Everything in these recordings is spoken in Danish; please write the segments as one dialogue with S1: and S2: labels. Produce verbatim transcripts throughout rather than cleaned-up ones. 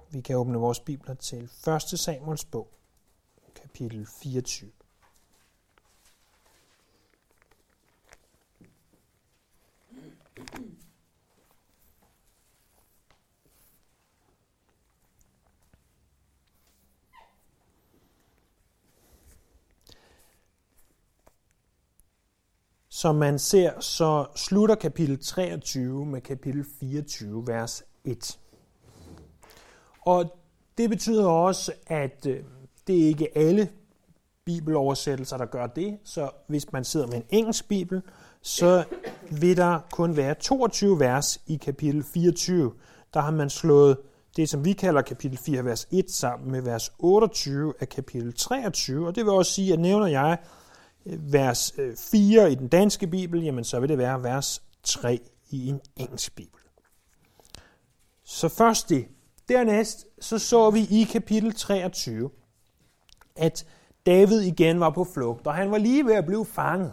S1: Vi kan åbne vores bibler til første Samuels bog, kapitel fireogtyve. Som man ser, så slutter kapitel treogtyve med kapitel fireogtyve, vers et. Og det betyder også, at det er ikke alle bibeloversættelser, der gør det. Så hvis man sidder med en engelsk bibel, så vil der kun være toogtyve vers i kapitel fireogtyve. Der har man slået det, som vi kalder kapitel fire, vers et, sammen med vers otteogtyve af kapitel treogtyve. Og det vil også sige, at nævner jeg vers fire i den danske bibel, jamen så vil det være vers tre i en engelsk bibel. Så først det. Dernæst så så vi i kapitel treogtyve, at David igen var på flugt, og han var lige ved at blive fanget.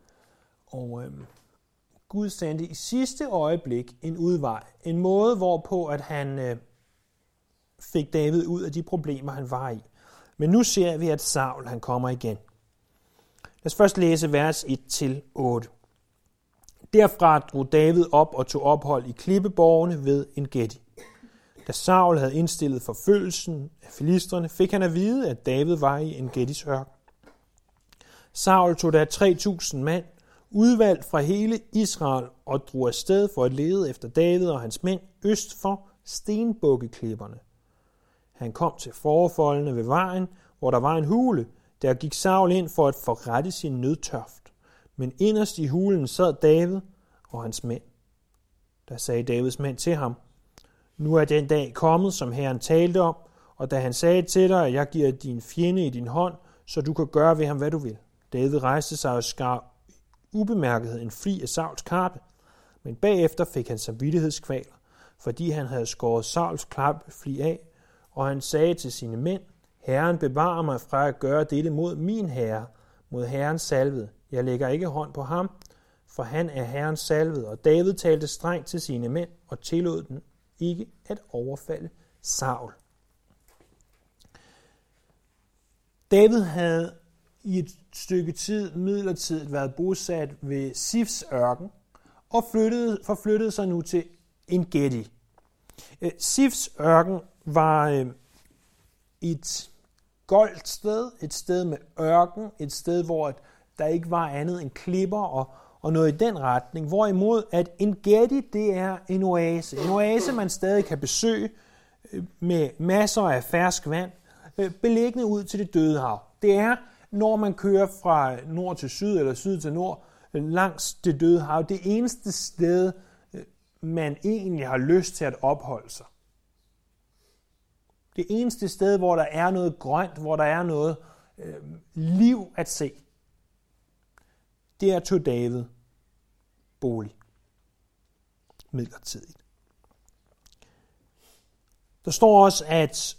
S1: Og øhm, Gud sendte i sidste øjeblik en udvej, en måde, hvorpå at han øh, fik David ud af de problemer, han var i. Men nu ser vi, at Saul han kommer igen. Lad os først læse vers et til otte. Derfra drog David op og tog ophold i klippeborgene ved En-Gedi. Da Saul havde indstillet forfølgelsen af filistrene, fik han at vide, at David var i En-Gedis ørken. Saul tog da tre tusind mand, udvalgt fra hele Israel, og drog afsted for at lede efter David og hans mænd øst for stenbukkeklipperne. Han kom til forfoldene ved vejen, hvor der var en hule. Der gik Saul ind for at forrette sin nødtørft. Men inderst i hulen sad David og hans mænd. Der sagde Davids mænd til ham: Nu er den dag kommet, som Herren talte om, og da han sagde til dig, at jeg giver din fjende i din hånd, så du kan gøre ved ham, hvad du vil. David rejste sig og skar ubemærket en fli af Sauls kappe, men bagefter fik han samvittighedskvaler, fordi han havde skåret Sauls kappefli af, og han sagde til sine mænd: Herren bevarer mig fra at gøre dette mod min herre, mod Herrens salvede. Jeg lægger ikke hånd på ham, for han er Herrens salvede. Og David talte strengt til sine mænd og tillod dem ikke at overfalde Saul. David havde i et stykke tid midlertidigt været bosat ved Sifs ørken og flyttede, forflyttede sig nu til En-Gedi. Sifs ørken var et goldt sted, et sted med ørken, et sted, hvor der ikke var andet end klipper og, og noget i den retning. Hvorimod at En-Gedi, det er en oase. En oase, man stadig kan besøge med masser af fersk vand, beliggende ud til det Døde Hav. Det er, når man kører fra nord til syd eller syd til nord langs det Døde Hav, det eneste sted, man egentlig har lyst til at opholde sig. Det eneste sted, hvor der er noget grønt, hvor der er noget øh, liv at se, det er tog David bolig midlertidigt. Der står også, at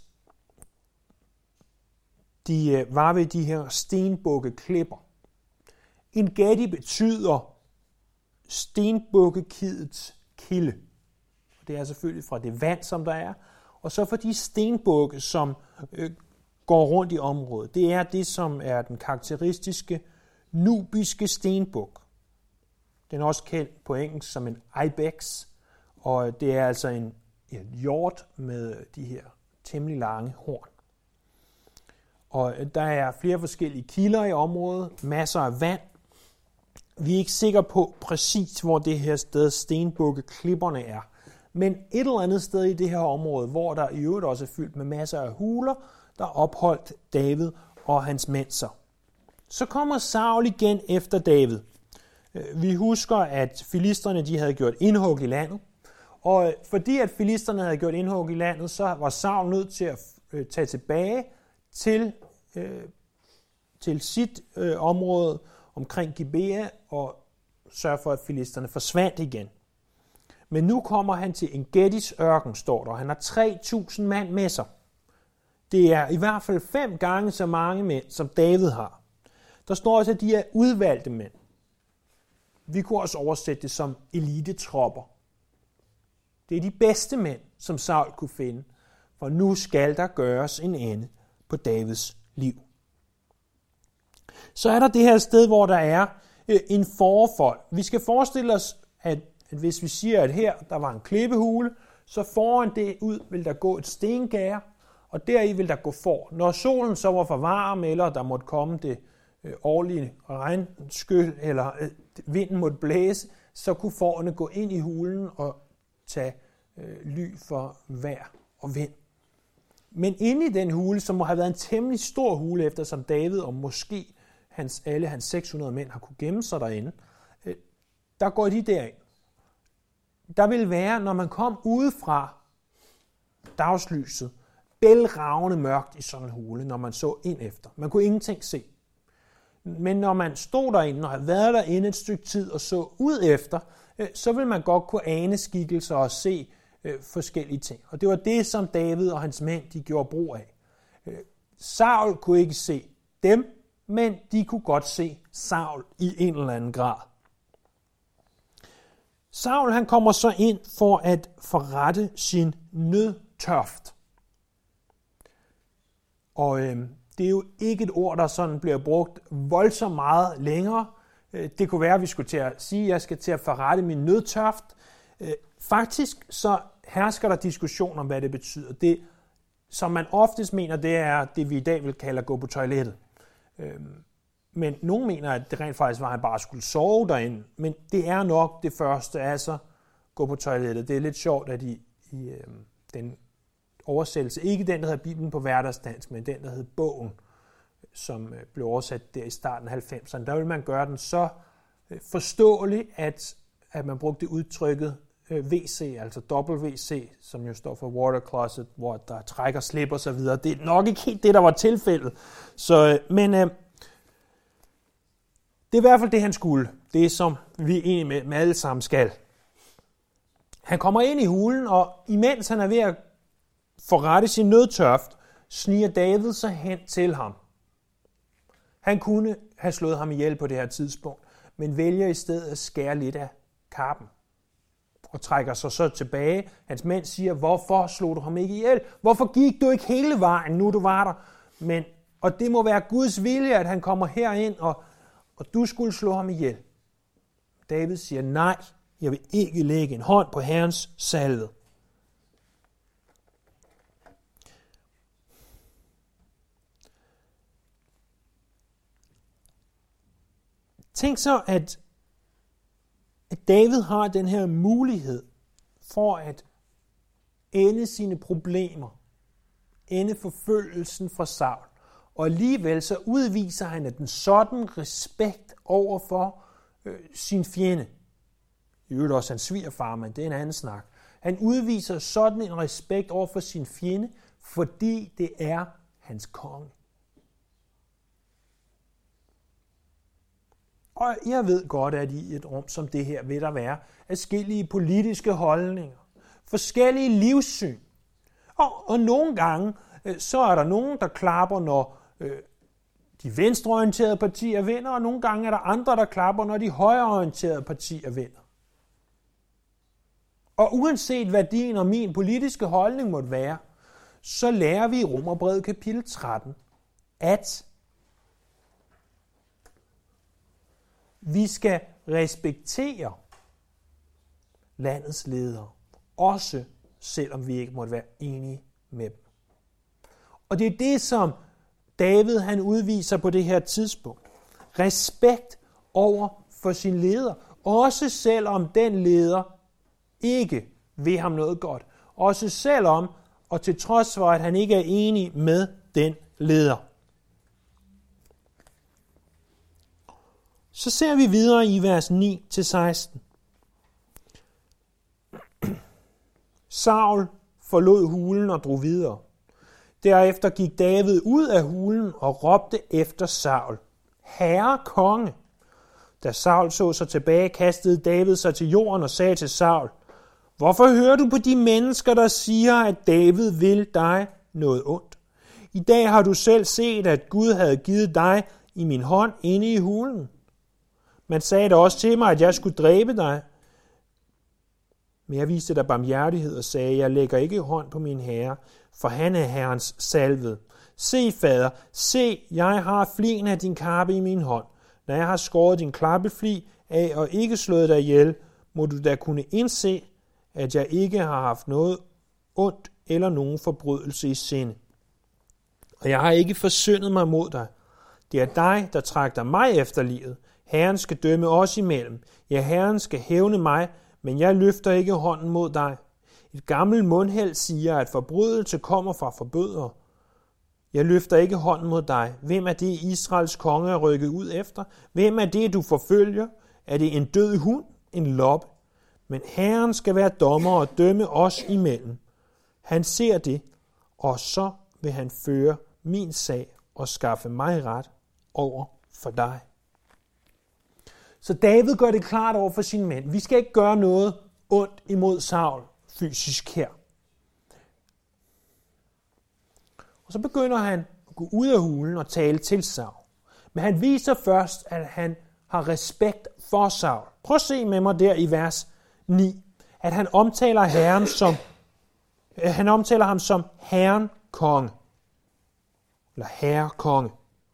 S1: de var ved de her stenbukkeklipper. En-Gedi betyder stenbukkekidets kilde. Det er selvfølgelig fra det vand, som der er, og så for de stenbukke, som øh, går rundt i området. Det er det, som er den karakteristiske nubiske stenbuk. Den er også kendt på engelsk som en ibex, og det er altså en, en hjort med de her temmelig lange horn. Og der er flere forskellige kilder i området, masser af vand. Vi er ikke sikre på præcis, hvor det her sted stenbukkeklipperne er. Men et eller andet sted i det her område, hvor der i øvrigt også er fyldt med masser af huler, der opholdt David og hans mænd sig. Så kommer Saul igen efter David. Vi husker, at filisterne de havde gjort indhug i landet. Og fordi at filisterne havde gjort indhug i landet, så var Saul nødt til at tage tilbage til, øh, til sit øh, område omkring Gibea og sørge for, at filisterne forsvandt igen. Men nu kommer han til En-Gedis ørken, står der, og han har tre tusind mand med sig. Det er i hvert fald fem gange så mange mænd, som David har. Der står også, at de er udvalgte mænd. Vi kunne også oversætte det som elitetropper. Det er de bedste mænd, som Saul kunne finde. for nu skal der gøres en ende på Davids liv. Så er der det her sted, hvor der er en forfold. Vi skal forestille os, at, at hvis vi siger, at her der var en klippehule, så foran det ud vil der gå et stengær, og deri vil der gå får. Når solen så var for varm, eller der måtte komme det øh, årlige regnskyld, eller øh, vinden måtte blæse, så kunne fårene gå ind i hulen og tage øh, ly for vejr og vind. Men inde i den hule, som må have været en temmelig stor hule, eftersom David og måske hans, alle hans seks hundrede mænd har kunne gemme sig derinde, øh, der går de derind. Der vil være, når man kom udefra dagslyset, bælragende mørkt i sådan en hule, når man så ind efter. Man kunne ingenting se. Men når man stod derinde og havde været derinde et stykke tid og så ud efter, så vil man godt kunne ane skikkelser og se øh, forskellige ting. Og det var det, som David og hans mænd de gjorde brug af. Øh, Saul kunne ikke se dem, men de kunne godt se Saul i en eller anden grad. Saul han kommer så ind for at forrette sin nødtørft. Og øh, det er jo ikke et ord, der sådan bliver brugt voldsomt meget længere. Det kunne være, at vi skulle til at sige, at jeg skal til at forrette min nødtørft. Faktisk så hersker der diskussion om, hvad det betyder. Det, som man oftest mener, det er det, vi i dag vil kalde at gå på toilettet. Men nogen mener, at det rent faktisk var, at han bare skulle sove derinde. Men det er nok det første, altså gå på toilettet. Det er lidt sjovt, at i, i øh, den oversættelse, ikke den, der hedder Bibelen på hverdagsdansk, men den, der hedder Bogen, som blev oversat der i starten af halvfemserne, der vil man gøre den så forståelig, at, at man brugte udtrykket V C, altså W C, som jo står for water closet, hvor der trækker, slip og så videre. Det er nok ikke helt det, der var tilfældet. Så, men øh, det er i hvert fald det, han skulle. Det, som vi egentlig med, med alle sammen skal. Han kommer ind i hulen, og imens han er ved at forrette sin nødtørft, sniger David sig hen til ham. Han kunne have slået ham ihjel på det her tidspunkt, men vælger i stedet at skære lidt af kappen og trækker sig så tilbage. Hans mænd siger, hvorfor slog du ham ikke ihjel? Hvorfor gik du ikke hele vejen, nu du var der? Men, og det må være Guds vilje, at han kommer herind, og, og du skulle slå ham ihjel. David siger, nej, jeg vil ikke lægge en hånd på Herrens salvede. Tænk så, at, at David har den her mulighed for at ende sine problemer, ende forfølgelsen fra Saul. Og alligevel så udviser han at den sådan respekt over for øh, sin fjende. I øvrigt også hans svigerfar, men det er en anden snak. Han udviser sådan en respekt over for sin fjende, fordi det er hans konge. Og jeg ved godt, at i et rum som det her vil der være forskellige politiske holdninger, forskellige livssyn. Og, og nogle gange, så er der nogen, der klapper, når øh, de venstreorienterede partier vinder, og nogle gange er der andre, der klapper, når de højreorienterede partier vinder. Og uanset hvad din og min politiske holdning måtte være, så lærer vi i Romerbrevet kapitel tretten, at vi skal respektere landets ledere, også selvom vi ikke måtte være enige med dem. Og det er det, som David han udviser på det her tidspunkt. Respekt over for sin leder, også selvom den leder ikke vil ham noget godt. Også selvom, og til trods for, at han ikke er enig med den leder. Så ser vi videre i vers ni til seksten. Saul forlod hulen og drog videre. Derefter gik David ud af hulen og råbte efter Saul, Herre konge. Da Saul så sig tilbage, kastede David sig til jorden og sagde til Saul, hvorfor hører du på de mennesker, der siger, at David vil dig noget ondt? I dag har du selv set, at Gud havde givet dig i min hånd inde i hulen. Man sagde da også til mig, at jeg skulle dræbe dig. Men jeg viste dig barmhjertighed og sagde, jeg lægger ikke hånd på min herre, for han er herrens salvede. Se, fader, se, jeg har flien af din kappe i min hånd. Når jeg har skåret din klappefli af og ikke slået dig ihjel, må du da kunne indse, at jeg ikke har haft noget ondt eller nogen forbrydelse i sinde. Og jeg har ikke forsyndet mig mod dig. Det er dig, der trækker mig efter livet. Herren skal dømme os imellem. Ja, Herren skal hævne mig, men jeg løfter ikke hånden mod dig. Et gammelt mundheld siger, at forbrydelse kommer fra forbryder. Jeg løfter ikke hånden mod dig. Hvem er det, Israels konge er rykket ud efter? Hvem er det, du forfølger? Er det en død hund? En loppe? Men Herren skal være dommer og dømme os imellem. Han ser det, og så vil han føre min sag og skaffe mig ret over for dig. Så David gør det klart over for sine mænd. Vi skal ikke gøre noget ondt imod Saul fysisk her. Og så begynder han at gå ud af hulen og tale til Saul. Men han viser først, at han har respekt for Saul. Prøv at se med mig der i vers ni, at han omtaler Herren som han omtaler ham som Herren konge. Eller herre konge.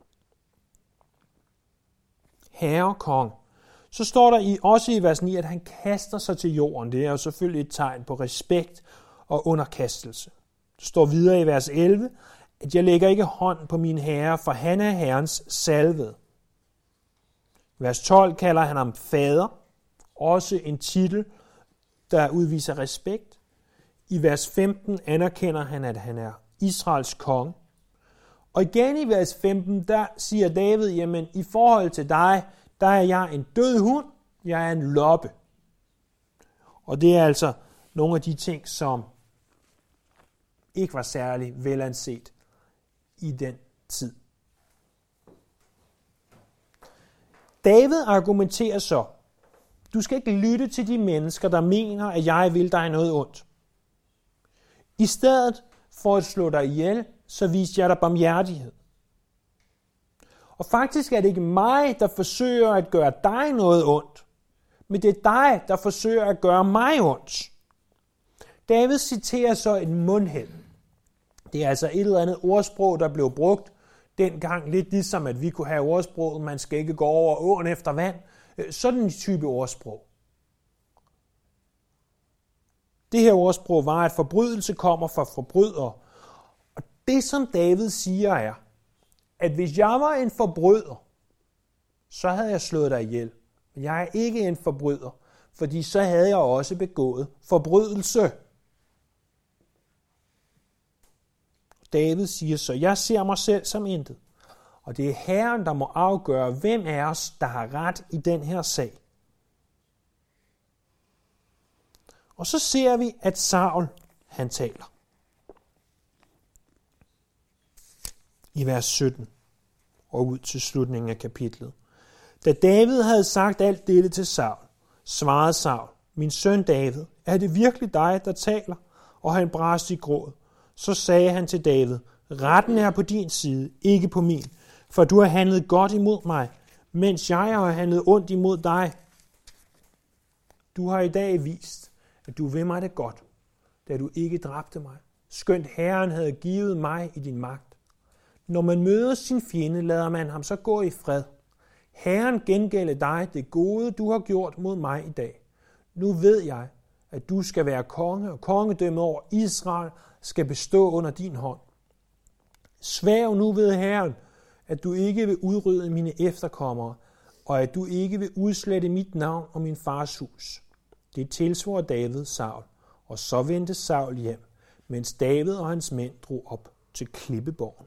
S1: Herre konge. Så står der i, også i vers ni, at han kaster sig til jorden. Det er jo selvfølgelig et tegn på respekt og underkastelse. Det står videre i vers elleve, at jeg lægger ikke hånd på min herre, for han er Herrens salvede. Vers tolv kalder han ham fader, også en titel, der udviser respekt. I vers femten anerkender han, at han er Israels konge. Og igen i vers femten, der siger David, jamen i forhold til dig, der er jeg en død hund, jeg er en loppe. Og det er altså nogle af de ting, som ikke var særlig velanset i den tid. David argumenterer så, du skal ikke lytte til de mennesker, der mener, at jeg vil dig noget ondt. I stedet for at slå dig ihjel, så viser jeg dig barmhjertighed. Og faktisk er det ikke mig, der forsøger at gøre dig noget ondt, men det er dig, der forsøger at gøre mig ondt. David citerer så et mundheld. Det er altså et eller andet ordsprog, der blev brugt dengang, lidt ligesom at vi kunne have ordsproget, man skal ikke gå over åen efter vand. Sådan en type ordsprog. Det her ordsprog var, at forbrydelse kommer fra forbrydere. Og det, som David siger, er, at hvis jeg var en forbryder, så havde jeg slået dig ihjel. Men jeg er ikke en forbryder, fordi så havde jeg også begået forbrydelse. David siger så, jeg ser mig selv som intet. Og det er Herren, der må afgøre, hvem af os, der har ret i den her sag. Og så ser vi, at Saul, han taler. I vers sytten og ud til slutningen af kapitlet. Da David havde sagt alt dette til Saul, svarede Saul, min søn David, er det virkelig dig, der taler? Og han brast i gråd. Så sagde han til David, retten er på din side, ikke på min, for du har handlet godt imod mig, mens jeg har handlet ondt imod dig. Du har i dag vist, at du vil mig det godt, da du ikke dræbte mig, skønt Herren havde givet mig i din magt. Når man møder sin fjende, lader man ham så gå i fred. Herren gengælder dig det gode, du har gjort mod mig i dag. Nu ved jeg, at du skal være konge, og kongedømmet over Israel skal bestå under din hånd. Sværg nu ved Herren, at du ikke vil udrydde mine efterkommere, og at du ikke vil udslette mit navn og min fars hus. Det tilsvor David Saul, og så vendte Saul hjem, mens David og hans mænd drog op til klippeborgen.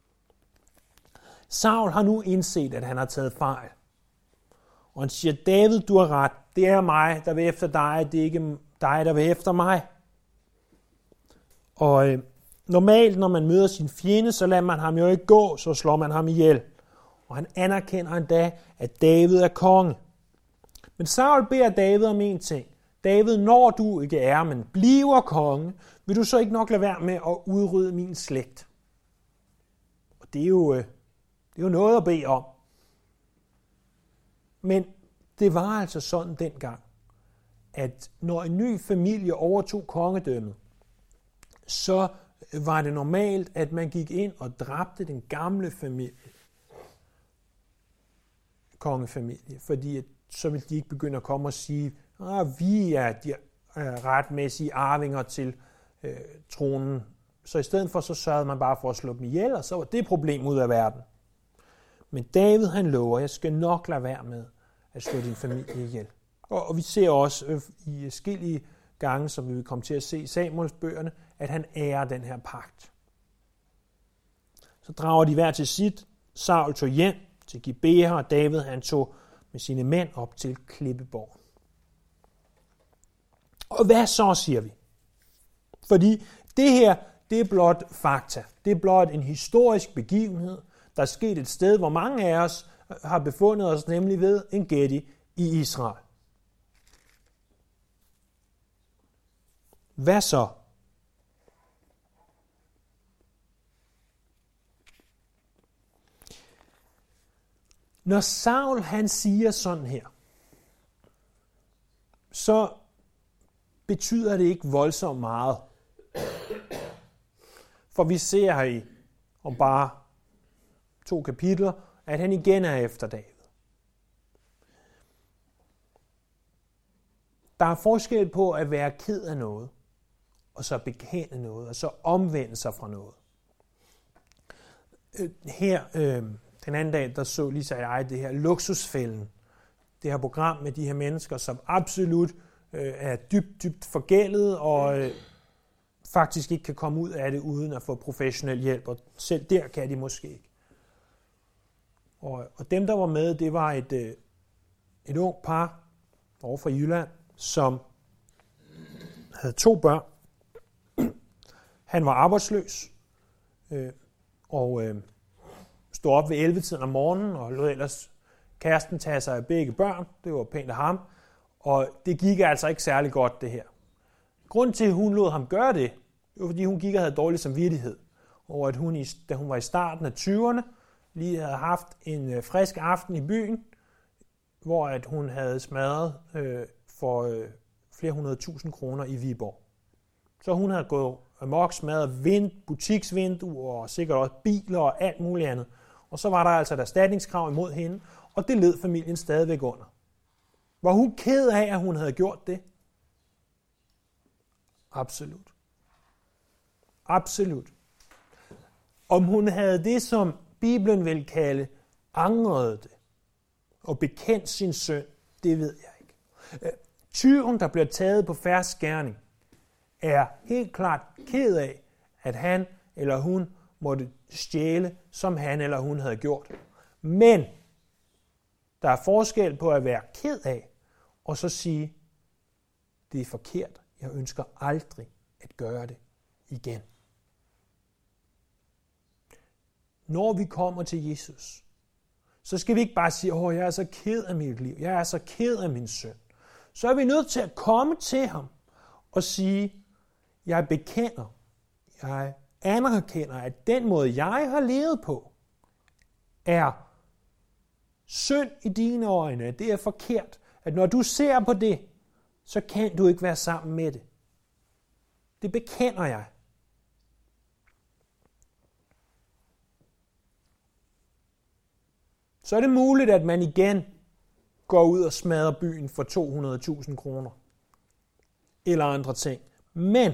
S1: Saul har nu indset, at han har taget fejl. Og han siger, David, du har ret. Det er mig, der vil efter dig. Det er ikke dig, der vil efter mig. Og øh, normalt, når man møder sin fjende, så lader man ham jo ikke gå, så slår man ham ihjel. Og han anerkender endda, at David er konge. Men Saul beder David om en ting. David, når du ikke er, men bliver konge, vil du så ikke nok lade være med at udrydde min slægt? Og det er jo, øh, det er jo noget at bede om. Men det var altså sådan dengang, at når en ny familie overtog kongedømmet, så var det normalt, at man gik ind og dræbte den gamle familie, kongefamilie, fordi at, så ville de ikke begynde at komme og sige, at vi er de retmæssige arvinger til øh, tronen. Så i stedet for, så sørgede man bare for at slå dem ihjel, og så var det problem ud af verden. Men David, han lover, jeg skal nok lade være med at slå din familie ihjel. Og, og vi ser også øh, i forskellige gange, som vi vil komme til at se i Samuels bøgerne, at han ærer den her pagt. Så drager de hver til sit. Saul tog hjem til Gibea, og David han tog med sine mænd op til Klippeborg. Og hvad så, siger vi? Fordi det her, det er blot fakta. Det er blot en historisk begivenhed, der er sket et sted, hvor mange af os har befundet os, nemlig ved En-Gedi i Israel. Hvad så? Når Saul han siger sådan her, så betyder det ikke voldsomt meget. For vi ser her i om bare to kapitler, at han igen er efter David. Der er forskel på at være ked af noget, og så bekende noget, og så omvende sig fra noget. Her, øh, den anden dag, der så Lisa og jeg det her Luksusfælden. Det her program med de her mennesker, som absolut øh, er dybt, dybt forgældet, og øh, faktisk ikke kan komme ud af det, uden at få professionel hjælp. Og selv der kan de måske ikke. Og, og dem, der var med, det var et, øh, et ung par over fra Jylland, som havde to børn. Han var arbejdsløs, øh, og øh, stod op ved elleve-tiden om morgenen, og lod ellers kæresten tage sig af begge børn. Det var pænt af ham. Og det gik altså ikke særlig godt, det her. Grunden til, at hun lod ham gøre det, det var, fordi hun gik og havde dårlig samvittighed over, at hun, da hun var i starten af tyverne, lige havde haft en frisk aften i byen, hvor at hun havde smadret øh, for øh, flere hundrede tusind kroner i Viborg. Så hun havde gået amok, smadret vind, butiksvinduer og sikkert også biler og alt muligt andet. Og så var der altså et erstatningskrav imod hende, og det led familien stadigvæk under. Var hun ked af, at hun havde gjort det? Absolut. Absolut. Om hun havde det, som Bibelen vil kalde, angret det og bekendt sin synd, det ved jeg ikke. Tyven, der bliver taget på fersk gerning, er helt klart ked af, at han eller hun måtte stjæle, som han eller hun havde gjort. Men der er forskel på at være ked af, og så sige, det er forkert. Jeg ønsker aldrig at gøre det igen. Når vi kommer til Jesus, så skal vi ikke bare sige, åh, jeg er så ked af mit liv, jeg er så ked af min synd. Så er vi nødt til at komme til ham og sige, jeg bekender, jeg anerkender, at den måde, jeg har levet på, er synd i dine øjne, det er forkert. At når du ser på det, så kan du ikke være sammen med det. Det bekender jeg. Så er det muligt, at man igen går ud og smadrer byen for to hundrede tusind kroner. Eller andre ting. Men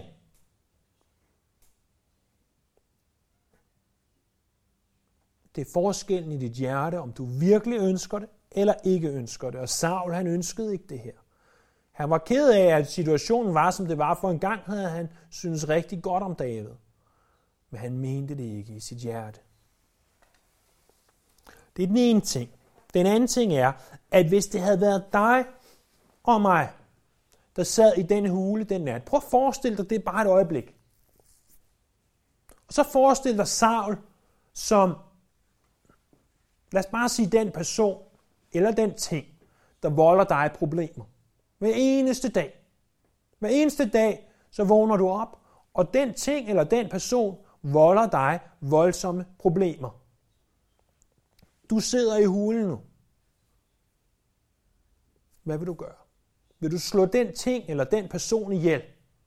S1: det er forskellen i dit hjerte, om du virkelig ønsker det, eller ikke ønsker det. Og Saul, han ønskede ikke det her. Han var ked af, at situationen var, som det var. For en gang havde han syntes rigtig godt om David. Men han mente det ikke i sit hjerte. Det er den ene ting. Den anden ting er, at hvis det havde været dig og mig, der sad i den hule den nat. Prøv at forestille dig det bare et øjeblik. Og så forestil dig Saul som, lad os bare sige den person, eller den ting, der volder dig problemer. Hver eneste dag. Hver eneste dag, så vågner du op, og den ting eller den person volder dig voldsomme problemer. Du sidder i hulen nu. Hvad vil du gøre? Vil du slå den ting eller den person ihjel?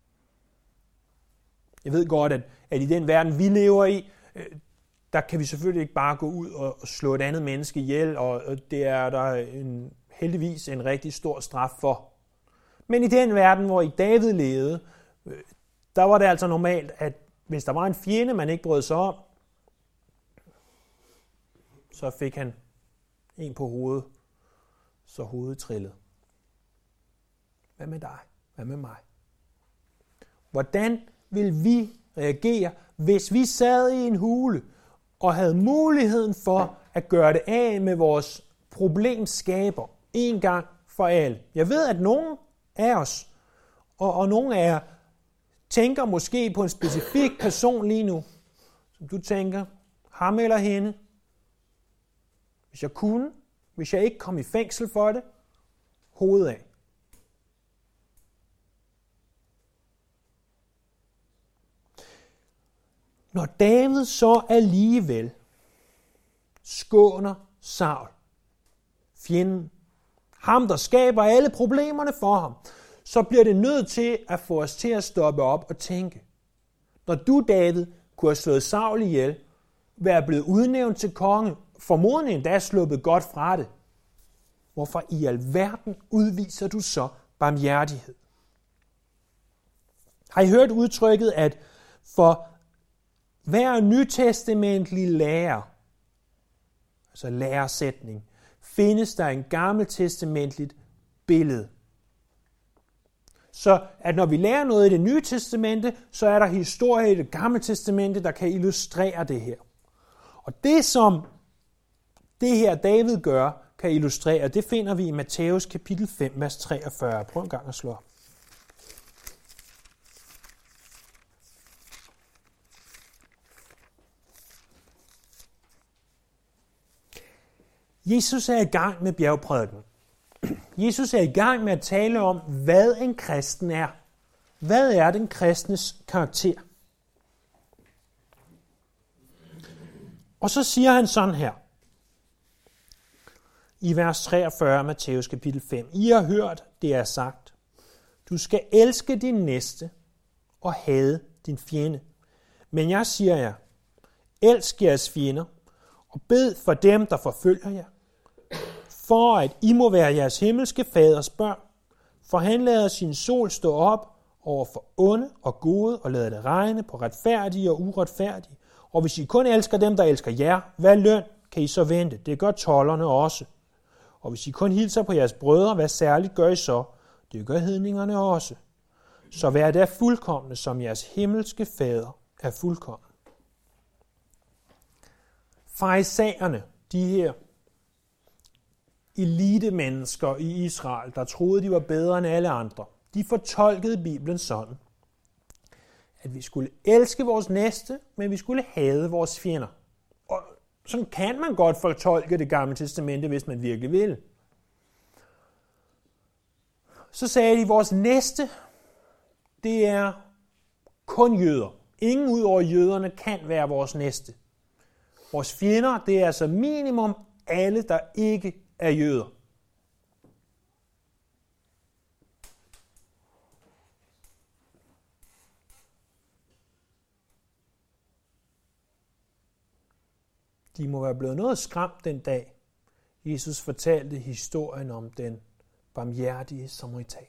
S1: Jeg ved godt, at, at i den verden, vi lever i, der kan vi selvfølgelig ikke bare gå ud og slå et andet menneske ihjel, og det er der en, heldigvis en rigtig stor straf for. Men i den verden, hvor i David levede, der var det altså normalt, at hvis der var en fjende, man ikke brød sig om, så fik han en på hovedet, så hovedet trillede. Hvad med dig? Hvad med mig? Hvordan vil vi reagere, hvis vi sad i en hule og havde muligheden for at gøre det af med vores problemskaber en gang for alle? Jeg ved, at nogen af os, og, og nogle af jer, tænker måske på en specifik person lige nu, som du tænker, ham eller hende. Hvis jeg kunne, hvis jeg ikke kom i fængsel for det, hovedet af. Når David så alligevel skåner Saul, fjenden, ham der skaber alle problemerne for ham, så bliver det nødt til at få os til at stoppe op og tænke. Når du, David, kunne have slået Saul ihjel, være blevet udnævnt til konge, formodentlig endda sluppet godt fra det, hvorfor i alverden udviser du så barmhjertighed? Har I hørt udtrykket, at for hver nytestamentlig lærer, altså læresætning, findes der en gammeltestamentligt billede. Så at når vi lærer noget i det nye testamente, så er der historie i det gamle testamente, der kan illustrere det her. Og det, som det her David gør, kan illustrere, det finder vi i Matthæus kapitel fem, vers treogfyrre. Prøv en gang at slå op. Jesus er i gang med bjergprædiken. Jesus er i gang med at tale om, hvad en kristen er. Hvad er den kristnes karakter? Og så siger han sådan her, i vers treogfyrre, Matthæus kapitel fem. I har hørt, det er sagt. Du skal elske din næste og hade din fjende. Men jeg siger jer, elsk jeres fjender og bed for dem, der forfølger jer, for at I må være jeres himmelske faders børn, for han lader sin sol stå op over for onde og gode, og lader det regne på retfærdige og uretfærdige. Og hvis I kun elsker dem, der elsker jer, hvad løn kan I så vente? Det gør tolderne også. Og hvis I kun hilser på jeres brødre, hvad særligt gør I så? Det gør hedningerne også. Så vær der fuldkomne, som jeres himmelske fader er fuldkommen. Farisæerne, de her elitemennesker i Israel, der troede, de var bedre end alle andre, de fortolkede Bibelen sådan, at vi skulle elske vores næste, men vi skulle hade vores fjender. Og sådan kan man godt fortolke det gamle testamente, hvis man virkelig vil. Så sagde de, at vores næste, det er kun jøder. Ingen ud over jøderne kan være vores næste. Vores fjender, det er altså minimum alle, der ikke er jøder. De må være blevet noget skræmt den dag, Jesus fortalte historien om den barmhjertige samaritaner.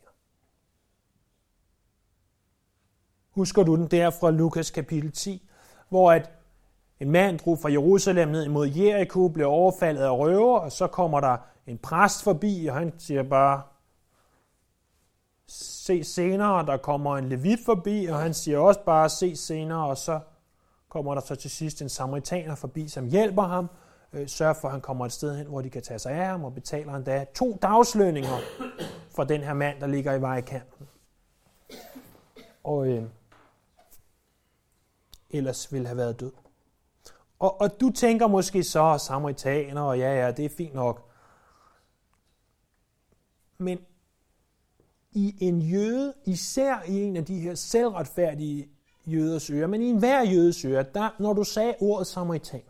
S1: Husker du den der fra Lukas kapitel ti, hvor at en mand drog fra Jerusalem ned imod Jericho, blev overfaldet af røver, og så kommer der en præst forbi, og han siger bare, se senere, der kommer en levit forbi, og han siger også bare, se senere, og så kommer der så til sidst en samaritaner forbi, som hjælper ham, øh, sørger for, at han kommer et sted hen, hvor de kan tage sig af ham, og betaler han da to dagslønninger for den her mand, der ligger i vejkanten. Og øh, ellers ville have været død. Og, og du tænker måske så, samaritaner, og ja, ja, det er fint nok. Men i en jøde, især i en af de her selvretfærdige jøders ører, men i enhver jødes ører, der, når du sagde ordet samaritaner,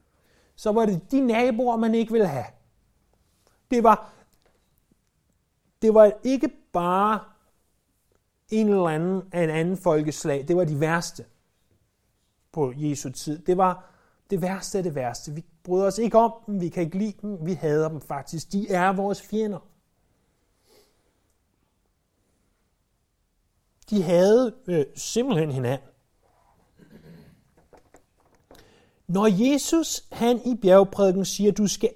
S1: så var det de naboer, man ikke ville have. Det var, det var ikke bare en eller anden af en anden folkeslag. Det var de værste på Jesu tid. Det var det værste af det værste. Vi bryder os ikke om dem, vi kan ikke lide dem, vi hader dem faktisk. De er vores fjender. De havde øh, simpelthen hinanden. Når Jesus, han i bjergprædiken siger, du skal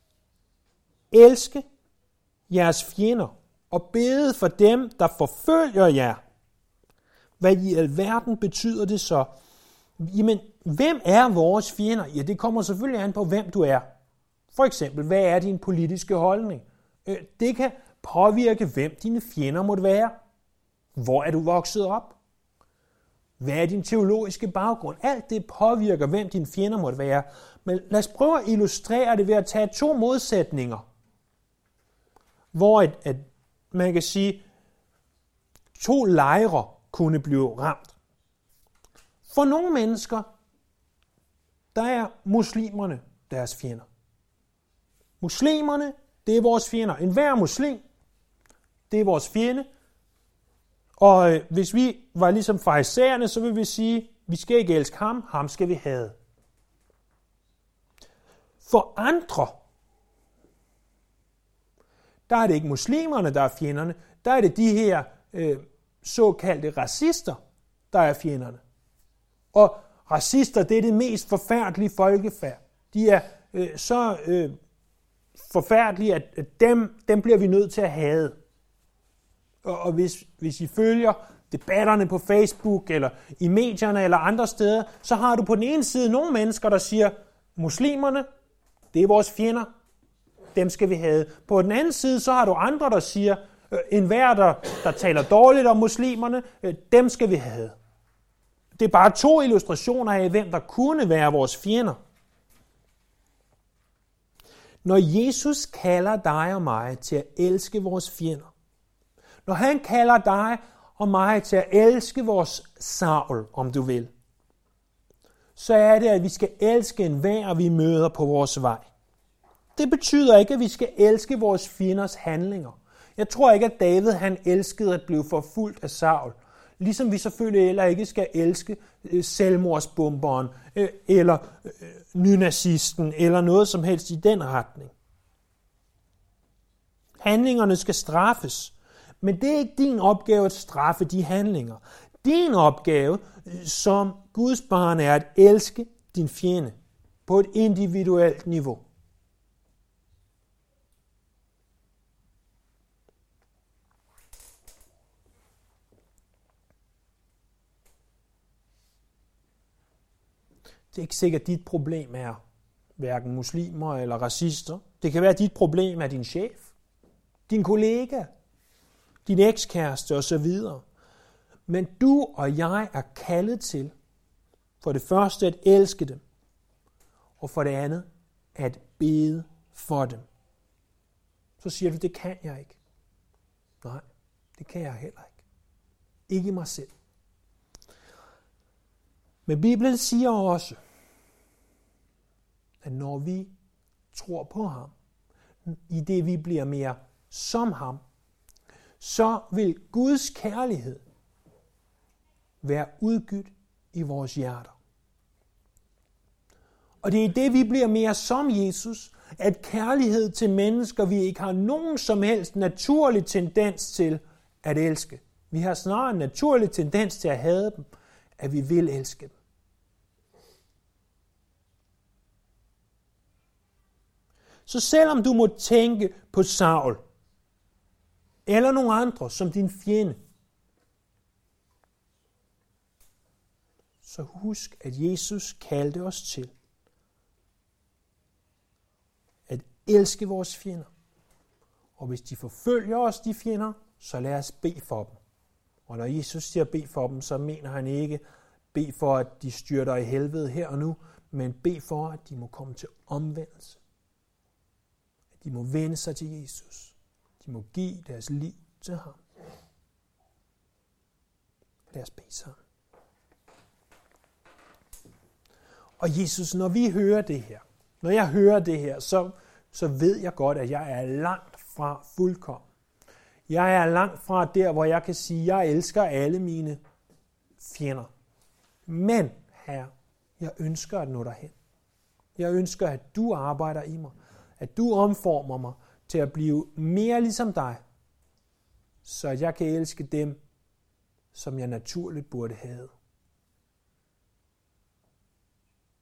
S1: elske jeres fjender og bede for dem, der forfølger jer, hvad i alverden betyder det så? Jamen, hvem er vores fjender? Ja, det kommer selvfølgelig an på, hvem du er. For eksempel, hvad er din politiske holdning? Det kan påvirke, hvem dine fjender måtte være. Hvor er du vokset op? Hvad er din teologiske baggrund? Alt det påvirker, hvem dine fjender måtte være. Men lad os prøve at illustrere det ved at tage to modsætninger, hvor et, at man kan sige, to lejre kunne blive ramt. For nogle mennesker, der er muslimerne deres fjender. Muslimerne, det er vores fjender. Enhver muslim, det er vores fjende. Og øh, hvis vi var ligesom farisæerne, så vil vi sige, vi skal ikke elske ham, ham skal vi hade. For andre, der er det ikke muslimerne, der er fjenderne. Der er det de her øh, såkaldte racister, der er fjenderne. Og racister, det er det mest forfærdelige folkefærd. De er øh, så øh, forfærdelige, at, at dem, dem bliver vi nødt til at hade. Og, og hvis, hvis I følger debatterne på Facebook, eller i medierne, eller andre steder, så har du på den ene side nogle mennesker, der siger, muslimerne, det er vores fjender, dem skal vi hade. På den anden side, så har du andre, der siger, øh, enhver, der, der taler dårligt om muslimerne, øh, dem skal vi hade. Det er bare to illustrationer af, hvem der kunne være vores fjender. Når Jesus kalder dig og mig til at elske vores fjender, når han kalder dig og mig til at elske vores Saul, om du vil, så er det, at vi skal elske enhver, vi møder på vores vej. Det betyder ikke, at vi skal elske vores fjenders handlinger. Jeg tror ikke, at David han elskede at blive forfulgt af Saul. Ligesom vi selvfølgelig heller ikke skal elske selvmordsbomberen, eller nynazisten, eller noget som helst i den retning. Handlingerne skal straffes, men det er ikke din opgave at straffe de handlinger. Din opgave som Guds barn er at elske din fjende på et individuelt niveau. Det er ikke sikkert, at dit problem er hverken muslimer eller racister. Det kan være, at dit problem er din chef, din kollega, din ekskæreste osv. Men du og jeg er kaldet til for det første at elske dem, og for det andet at bede for dem. Så siger du, det kan jeg ikke. Nej, det kan jeg heller ikke. Ikke mig selv. Men Bibelen siger også, at når vi tror på ham, i det vi bliver mere som ham, så vil Guds kærlighed være udgydt i vores hjerter. Og det er det, vi bliver mere som Jesus, at kærlighed til mennesker, vi ikke har nogen som helst naturlig tendens til at elske. Vi har snarere en naturlig tendens til at hade dem, at vi vil elske dem. Så selvom du må tænke på Saul, eller nogle andre som din fjende, så husk, at Jesus kaldte os til at elske vores fjender. Og hvis de forfølger os, de fjender, så lad os bede for dem. Og når Jesus siger bed for dem, så mener han ikke bed for, at de styrter i helvede her og nu, men bed for, at de må komme til omvendelse. At de må vende sig til Jesus. De må give deres liv til ham. Lad os bede sammen. Og Jesus, når vi hører det her, når jeg hører det her, så, så ved jeg godt, at jeg er langt fra fuldkommen. Jeg er langt fra der, hvor jeg kan sige, at jeg elsker alle mine fjender. Men, Herre, jeg ønsker at nå derhen. Jeg ønsker, at du arbejder i mig. At du omformer mig til at blive mere ligesom dig. Så at jeg kan elske dem, som jeg naturligt burde have.